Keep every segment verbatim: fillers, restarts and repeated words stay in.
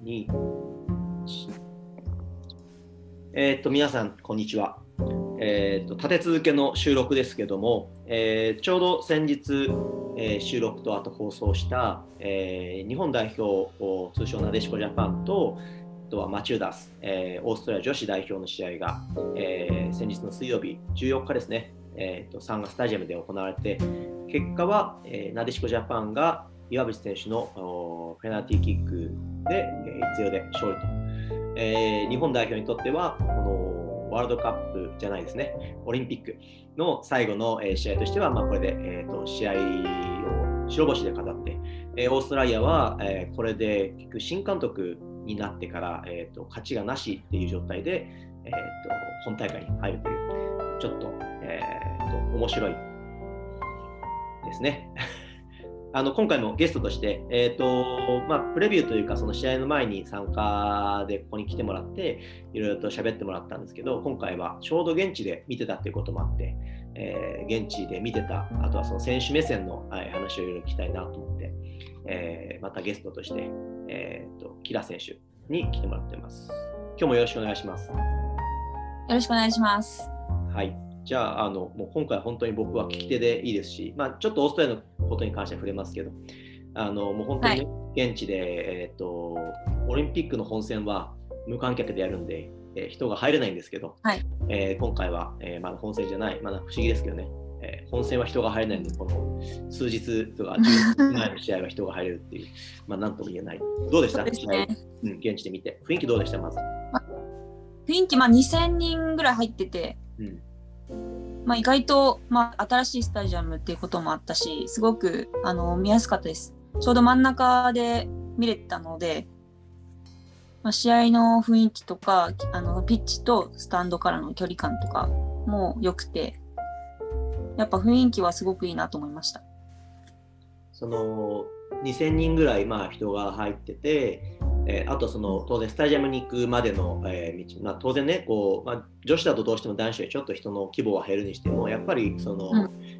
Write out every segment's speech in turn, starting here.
に、えー、っと皆さんこんにちは。えー、っと立て続けの収録ですけども、えー、ちょうど先日、えー、収録とあと放送した、えー、日本代表通称なでしこジャパンとあとはマチューダス、えー、オーストラリア女子代表の試合が、えー、先日の水曜日じゅうよっかですね、えー、とサンガスタジアムで行われて、結果は、えー、なでしこジャパンが岩渕選手のペナルティーキックで、えー、いちたいゼロで勝利と、えー、日本代表にとってはこのワールドカップじゃないですね、オリンピックの最後の、えー、試合としては、まあ、これで、えー、と試合を白星で飾って、えー、オーストラリアは、えー、これで結局新監督になってから、えー、と勝ちがなしっていう状態で、えー、と本大会に入るというちょっと、えー、と面白いですね。あの今回もゲストとして、えーとまあ、プレビューというかその試合の前に参加でここに来てもらっていろいろと喋ってもらったんですけど、今回はちょうど現地で見てたっていうこともあって、えー、現地で見てた、あとはその選手目線の、はい、話をいろいろ聞きたいなと思って、えー、またゲストとして、えーと、キラ選手に来てもらっています。今日もよろしくお願いします。 よろしくお願いします。 はい。じゃあ、あのもう今回本当に僕は聞き手でいいですし、まあ、ちょっとオーストラリアのことに関しては触れますけど、あのもう本当に、ね、はい、現地で、えーと、オリンピックの本戦は無観客でやるんで、えー、人が入れないんですけど、 はい、 えー、今回は、えー、まだ本戦じゃない、まだ不思議ですけどね、えー、本戦は人が入れないので、この数日とかじゅうにちまえの試合は人が入れるっていう、まあなんとも言えない。どうでした、 ね、 試合、うん、現地で見て。雰囲気どうでした、まず。 ま、雰囲気、まあ、にせんにんぐらい入ってて、うんまあ、意外と、まあ、新しいスタジアムっていうこともあったし、すごくあの見やすかったです。ちょうど真ん中で見れたので、まあ、試合の雰囲気とかあのピッチとスタンドからの距離感とかも良くて、やっぱ雰囲気はすごくいいなと思いました。 そのにせんにんぐらい、まあ、人が入ってて、えー、あとその当然スタジアムに行くまでの、えー道、まあ、当然ねこう、まあ、女子だとどうしても男子よりちょっと人の規模は減るにしてもやっぱりその、うん、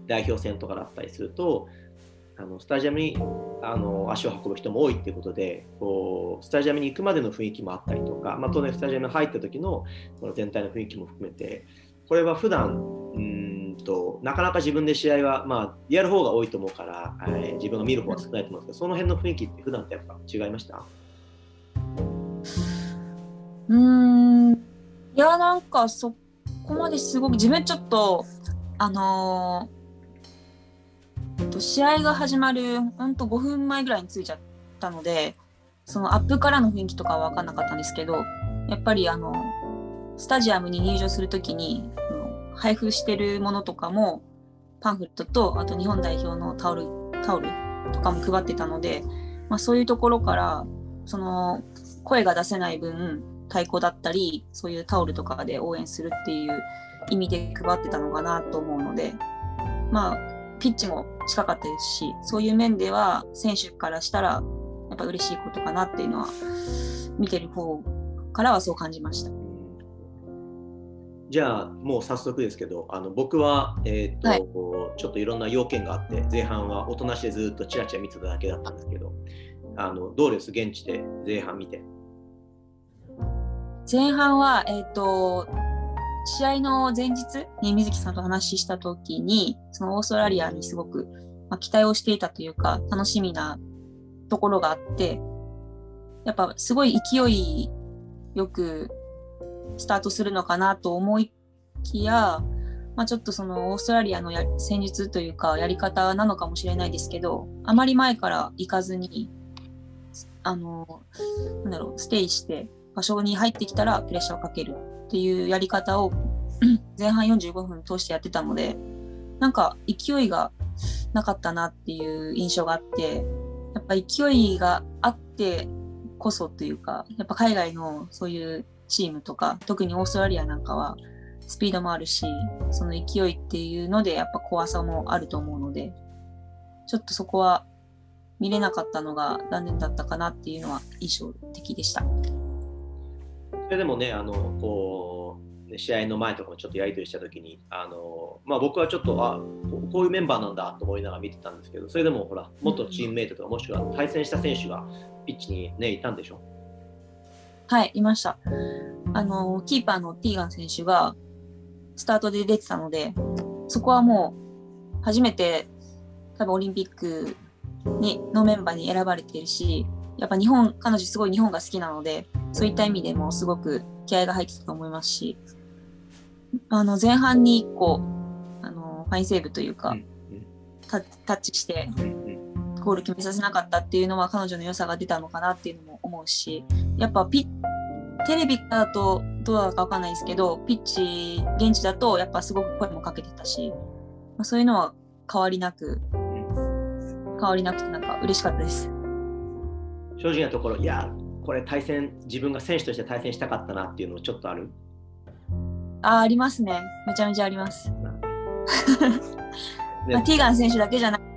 代表戦とかだったりするとあのスタジアムにあの足を運ぶ人も多いっていうことでこうスタジアムに行くまでの雰囲気もあったりとか、まあ、当然スタジアムに入った時のこの全体の雰囲気も含めてこれは普段うーんとなかなか自分で試合は、まあ、やる方が多いと思うから、えー、自分が見る方が少ないと思うんですけど、その辺の雰囲気って普段ってやっぱ違いました？ うーんいやなんかそこまですごく自分ちょっとあのー、試合が始まるほんとごふんまえぐらいに着いちゃったのでそのアップからの雰囲気とかは分かんなかったんですけど、やっぱりあのスタジアムに入場するときに配布してるものとかもパンフレットとあと日本代表のタオルタオルとかも配ってたので、まあ、そういうところからその声が出せない分太鼓だったりそういうタオルとかで応援するっていう意味で配ってたのかなと思うので、まあピッチも近かったですし、そういう面では選手からしたらやっぱ嬉しいことかなっていうのは見てる方からはそう感じました。 じゃあもう早速ですけど、あの僕は、えーとはい、ちょっといろんな要件があって前半はおとなしでずっとチラチラ見てただけだったんですけど、あのどうです現地で前半見て？ 前半は、えーと、試合の前日に水木さんと話した時にそのオーストラリアにすごく、まあ、期待をしていたというか楽しみなところがあって、やっぱすごい勢いよくスタートするのかなと思いきや、まあ、ちょっとそのオーストラリアのや戦術というかやり方なのかもしれないですけど、あまり前から行かずにあのなんだろうステイして場所に入ってきたらプレッシャーをかけるっていうやり方を前半よんじゅうごふん通してやってたので、なんか勢いがなかったなっていう印象があって、やっぱ勢いがあってこそというか、やっぱ海外のそういうチームとか特にオーストラリアなんかはスピードもあるし、その勢いっていうのでやっぱ怖さもあると思うので、ちょっとそこは見れなかったのが残念だったかなっていうのは印象的でした。 それでもね、あのこう試合の前とかもちょっとやり取りしたときにあの、まあ、僕はちょっとあこういうメンバーなんだと思いながら見てたんですけど、それでもほら元チームメイトとかもしくは対戦した選手がピッチに、ね、いたんでしょ？ はい、いました。あの、キーパーのティーガン選手がスタートで出てたので、そこはもう初めて多分オリンピックにのメンバーに選ばれているし、やっぱ日本、彼女すごい日本が好きなので、そういった意味でもすごく気合が入ってたと思いますし、あの前半にいっこあのファインセーブというか、うんうん、タ, タッチしてゴール決めさせなかったっていうのは彼女の良さが出たのかなっていうのも思うし、やっぱピテレビだとどうだか分かんないですけど、ピッチ現地だとやっぱすごく声もかけてたし、まあ、そういうのは変わりなく変わりなくてなんか嬉しかったです。 正直なところ、いやこれ対戦自分が選手として対戦したかったなっていうのちょっとある？ あ, ありますね。めちゃめちゃあります。まあ、ティーガン選手だけじゃない、うん、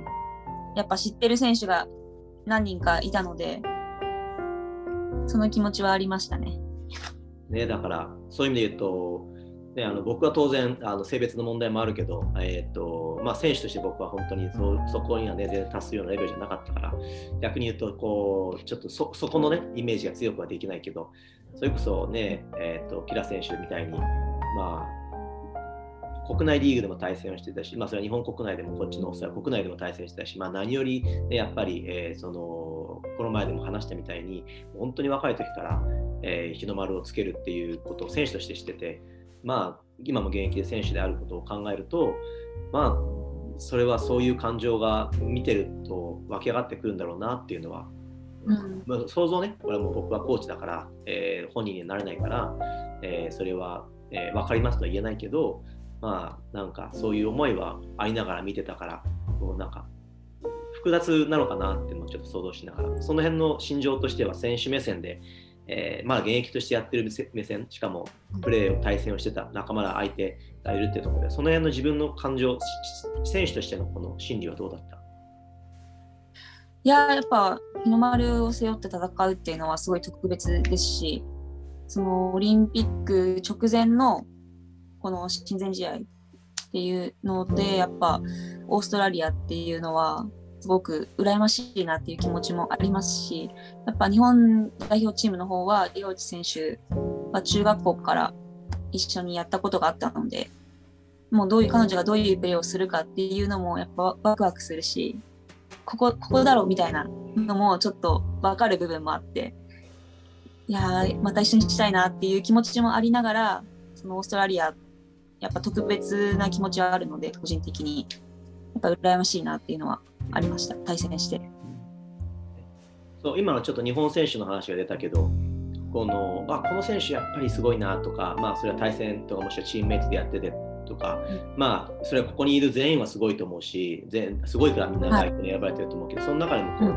やっぱ知ってる選手が何人かいたので、その気持ちはありましたね。 ね、だからそういう意味で言うと、ね、あの僕は当然あの性別の問題もあるけど、えーとまあ、選手として僕は本当に そ, そこには、ね、全然達するようなレベルじゃなかったから、逆に言うとこうちょっと そ, そこの、ね、イメージが強くはできないけど、それこそね、えーとキラ選手みたいに、まあ、国内リーグでも対戦をしてたし、まあ、それは日本国内でもこっちのオーストラリア国内でも対戦してたし、まあ、何より、ね、やっぱり、えー、そのこの前でも話したみたいに本当に若い時から、えー、日の丸をつけるっていうことを選手としてしてて、まあ、今も現役で選手であることを考えると、まあ、それはそういう感情が見てると湧き上がってくるんだろうなっていうのは、うんまあ、想像ね、これはもう僕はコーチだから、えー、本人になれないから、えー、それは、えー、分かりますとは言えないけど、まあなんかそういう思いはありながら見てたから、こうなんか複雑なのかなっていうのをちょっと想像しながら、その辺の心情としては選手目線で、えー、まあ現役としてやってる目線、しかもプレーを対戦をしてた仲間ら相手がいるっていうところで、その辺の自分の感情、選手としてのこの心理はどうだった？ いややっぱ日の丸を背負って戦うっていうのはすごい特別ですし、そのオリンピック直前のこの親善試合っていうので、やっぱオーストラリアっていうのはすごく羨ましいなっていう気持ちもありますし、やっぱ日本代表チームの方は岩内選手は中学校から一緒にやったことがあったので、もうどういう彼女がどういうプレーをするかっていうのもやっぱワクワクするし、ここここだろうみたいなのもちょっと分かる部分もあって、いやまた一緒にしたいなっていう気持ちもありながら、そのオーストラリアやっぱ特別な気持ちはあるので、個人的にやっぱ羨ましいなっていうのはありました、対戦して。 そう今のちょっと日本選手の話が出たけど、このあこの選手やっぱりすごいなとか、まあ、それは対戦とかもしくはチームメイトでやっててとか、うん、まあそれはここにいる全員はすごいと思うし、全すごいからみんな代表に選ばれてると思うけど、はい、その中でもこう、うん、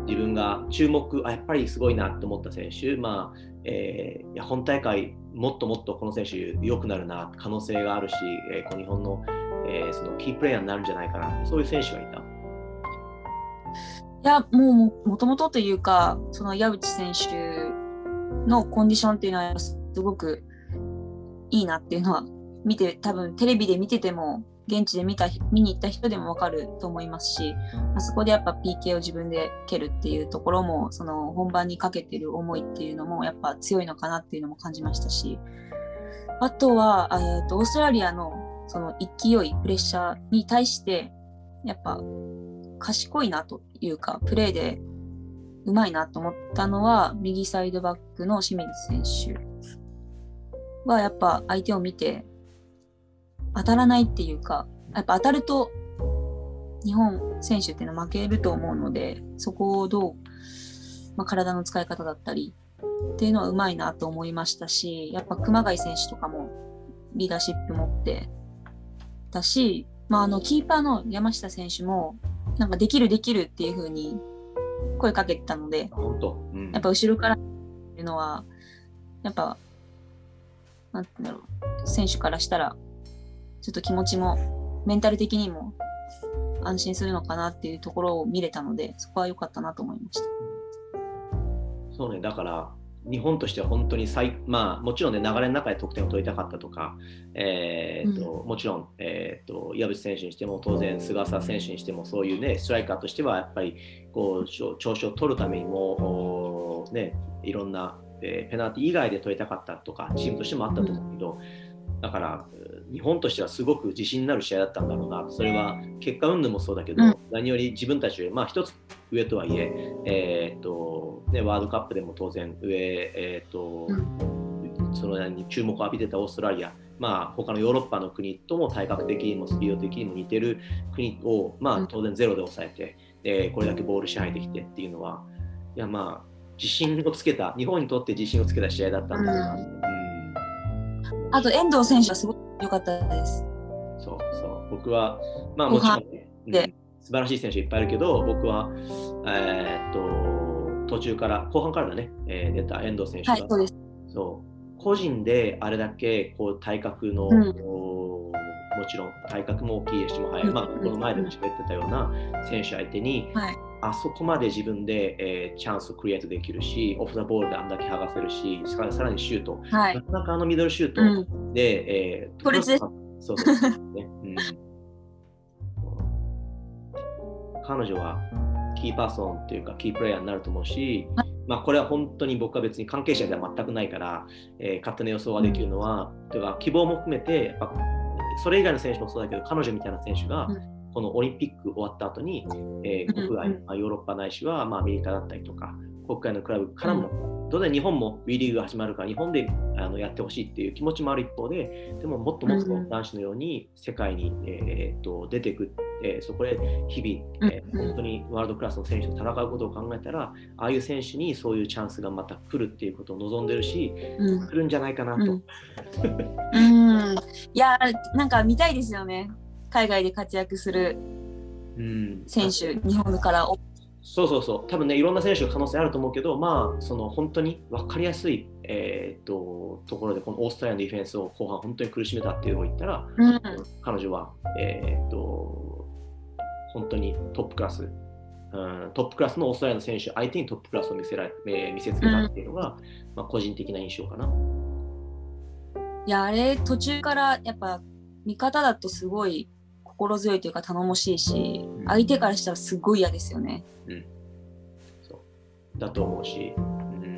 自分が注目あやっぱりすごいなと思った選手、まあえー、いや本大会もっともっとこの選手良くなるな可能性があるし、えー、この日本の、えー、そのキープレイヤーになるんじゃないかな、そういう選手がいた？ いやもうもともとというか、その岩渕選手のコンディションっていうのはすごくいいなっていうのは見て、多分テレビで見てても現地で見た見に行った人でも分かると思いますし、あそこでやっぱ ピーケー を自分で蹴るっていうところも、その本番にかけてる思いっていうのもやっぱ強いのかなっていうのも感じましたし、あとは、えーと、オーストラリアのその勢いプレッシャーに対してやっぱ賢いなというか、プレーでうまいなと思ったのは右サイドバックの清水選手はやっぱ相手を見て当たらないっていうか、やっぱ当たると日本選手っていうのは負けると思うので、そこをどう、まあ、体の使い方だったりっていうのはうまいなと思いましたし、やっぱ熊谷選手とかもリーダーシップ持ってたし、まあ、あのキーパーの山下選手もなんかできるできるっていう風に声かけてたので、 本当、うん、 やっぱ後ろからっていうのはやっぱなんていうんだろう、選手からしたらちょっと気持ちもメンタル的にも安心するのかなっていうところを見れたので、そこは良かったなと思いました。 そうね、だから日本としては本当に最、まあ、もちろんね流れの中で得点を取りたかったとか、えーとうん、もちろん、えーと、岩渕選手にしても当然菅澤選手にしてもそういうねストライカーとしてはやっぱりこう調子を取るためにも、ね、いろんなえー、ペナルティ以外で取りたかったとかチームとしてもあったと思うけど、だから日本としてはすごく自信になる試合だったんだろうな。それは結果云々もそうだけど、うん、何より自分たちよりまあ一つ上とはいええー、っとね、ワールドカップでも当然上、えー、っと、うん、そのなりに注目を浴びてたオーストラリア、まあ、他のヨーロッパの国とも体格的にもスピード的にも似てる国を、まあ、当然ゼロで抑えて、えー、これだけボール支配できてっていうのは、いやまあ自信をつけた、日本にとって自信をつけた試合だったんだな、うんうん、 あと遠藤選手はすごく良かったです。 そうそう、僕はまあもちろん、ね、うん、素晴らしい選手いっぱいいるけど、僕は、えー、っと途中から後半からだね、えー、出た遠藤選手が、 はい、そうです。 そう個人であれだけこう体格の、うん、もちろん体格も大きいしも速い、うん、まあ、この前でも喋ってたような選手相手に、はい、あそこまで自分で、えー、チャンスをクリエイトできるし、オフ・ザ・ボールであんだけ剥がせるし、さらにシュート、はい、なかなかあのミドルシュートで、うん、えー、 これです。 そうそうね、うん、彼女はキーパーソンっていうかキープレイヤーになると思うし、まあ、これは本当に僕は別に関係者では全くないから、えー、勝手な予想はできるのは、うん、というか希望も含めてやっぱそれ以外の選手もそうだけど、彼女みたいな選手が、うん、このオリンピック終わった後に、えー、国外、うん、ヨーロッパないしは、まあ、アメリカだったりとか国外のクラブからも、うん、当然日本も WE リーグが始まるから日本であのやってほしいっていう気持ちもある一方で、でももっともっと男子のように世界に、えー、っと出ていく、えー、そこで日々、えー、本当にワールドクラスの選手と戦うことを考えたら、ああいう選手にそういうチャンスがまた来るっていうことを望んでるし、うん、来るんじゃないかなと。 うんうん、いやなんか見たいですよね、海外で活躍する選手、うん、日本から。 そうそうそう、多分ねいろんな選手の可能性あると思うけど、まあその本当に分かりやすい、えー、っとところでこのオーストラリアのディフェンスを後半本当に苦しめたっていうのを言ったら、うん、彼女は、えー、っと本当にトップクラス、うん、トップクラスのオーストラリアの選手相手にトップクラスを見せられ、えー、見せつけたっていうのが、うん、まあ、個人的な印象かな。 いやあれ途中からやっぱ味方だとすごい心強いというか頼もしいし、うん、相手からしたらすごい嫌ですよね。 うん、そうだと思うし、うん、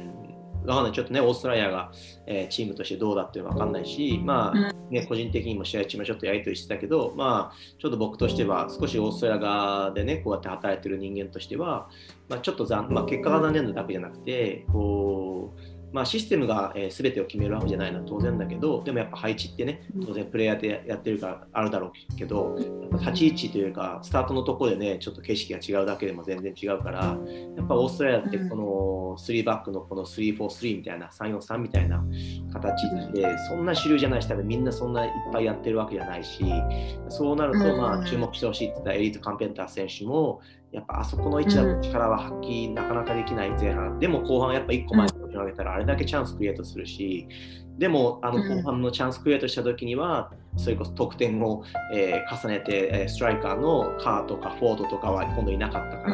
わかんない、ちょっとねオーストラリアが、えー、チームとしてどうだっていうのはわかんないし、まあね、うん、個人的にも試合中もちょっとやり取りしてたけど、まあちょっと僕としては少しオーストラリア側でねこうやって働いてる人間としては、まあ、ちょっと残、まあ、結果が残念なだけじゃなくて、こうまあ、システムが、えー、全てを決めるわけじゃないのは当然だけど、でもやっぱ配置ってね当然プレイヤーでやってるからあるだろうけど、立ち位置というかスタートのところでねちょっと景色が違うだけでも全然違うから、やっぱオーストラリアってこのスリーバックのこのスリーフォースリーみたいなさんよんさんみたいな形ってそんな主流じゃないし、多分みんなそんないっぱいやってるわけじゃないし、そうなるとまあ注目してほしいって言ったエリートカンペンター選手もやっぱあそこの位置だと力は発揮なかなかできない前半でも、後半やっぱいっこ前に上げたらあれだけチャンスクリエイトするし、でもあの後半のチャンスクリエイトした時にはそれこそ得点を、えー、重ねてストライカーのカーとかフォードとかは今度いなかったから、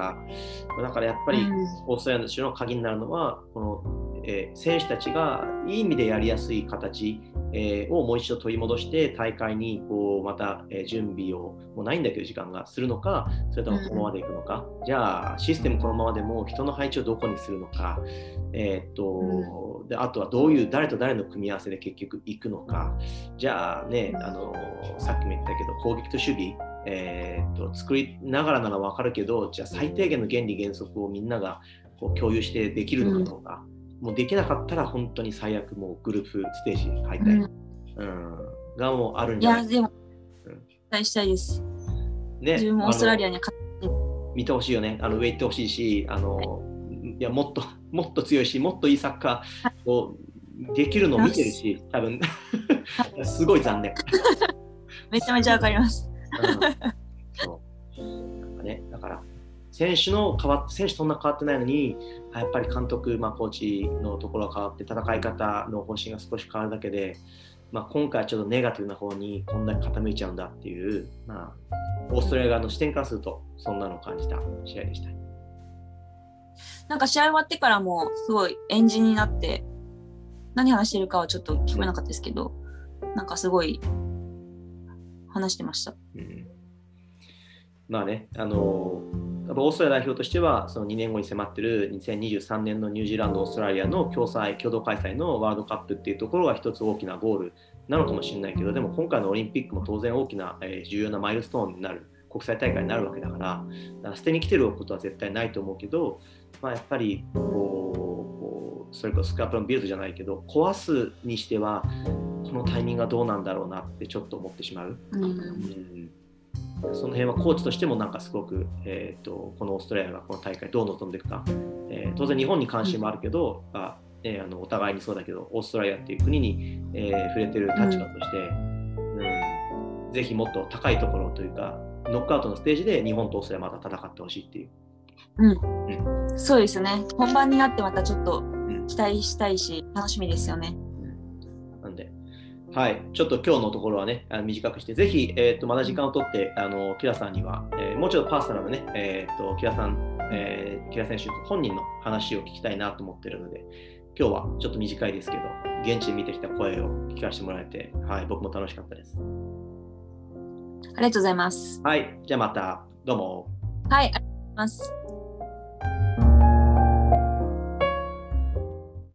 だからやっぱりオーストラリアの種の鍵になるのはこの、えー、選手たちがいい意味でやりやすい形、えー、をもう一度取り戻して大会にこうまた、えー、準備をもうないんだけど時間がするのか、それともこのままでいくのか、じゃあシステムこのままでも人の配置をどこにするのか、えー、っとであとはどういう誰と誰の組み合わせで結局いくのか、じゃあねあのさっきも言ったけど攻撃と守備、えー、っと作りながらなら分かるけど、じゃあ最低限の原理原則をみんながこう共有してできるのかどうか、うん、もうできなかったら本当に最悪もうグループステージ敗退、うんうん、がもうあるんじゃない。 いやでも、うん、期待したいです。ね、自分もオーストラリアには見てほしいよね。あの上行ってほしいし、あの、はい、いやもっともっと強いし、もっといいサッカーをできるのを見てるし、多分すごい残念。 めちゃめちゃわかります。 うん、そうなんかね、だから選手の変わ選手そんな変わってないのに、やっぱり監督、まあ、コーチのところが変わって戦い方の方針が少し変わるだけで、まあ、今回はちょっとネガティブな方にこんだけ傾いちゃうんだっていう、まあ、オーストラリア側の視点からするとそんなのを感じた試合でした。 なんか試合終わってからもすごいエンジンになって何話してるかはちょっと聞こえなかったですけど、なんかすごい話してました。 うん、まあね、あのやっぱオーストラリア代表としてはそのにねんごに迫ってるにせんにじゅうさんねんのニュージーランド、オーストラリアの共催共同開催のワールドカップっていうところが一つ大きなゴールなのかもしれないけど、でも今回のオリンピックも当然大きな、えー、重要なマイルストーンになる国際大会になるわけだから、だから捨てに来てることは絶対ないと思うけど、まあ、やっぱりこうこうそれこそスクラップのビルドじゃないけど壊すにしてはこのタイミングがどうなんだろうなってちょっと思ってしまう、 うんうんその辺はコーチとしてもなんかすごく、えー、とこのオーストラリアがこの大会どう臨んでいくか、えー、当然日本に関心もあるけど、うんあえー、あのお互いにそうだけどオーストラリアっていう国に、えー、触れてる立場として、うんうん、ぜひもっと高いところというかノックアウトのステージで日本とオーストラリアまた戦ってほしいっていう、 うんうん、そうですね。本番になってまたちょっと期待したいし、うん、楽しみですよね。 なんではい、ちょっと今日のところはね、あの短くして、ぜひ、えーと、また時間を取って、あのキラさんには、えー、もうちょっとパーソナルなね、えーと、キラさん、えー、キラ選手本人の話を聞きたいなと思っているので、今日はちょっと短いですけど、現地で見てきた声を聞かせてもらえて、はい、僕も楽しかったです。 ありがとうございます。 はい、じゃあまた、どうも。 はい、ありがとうございます。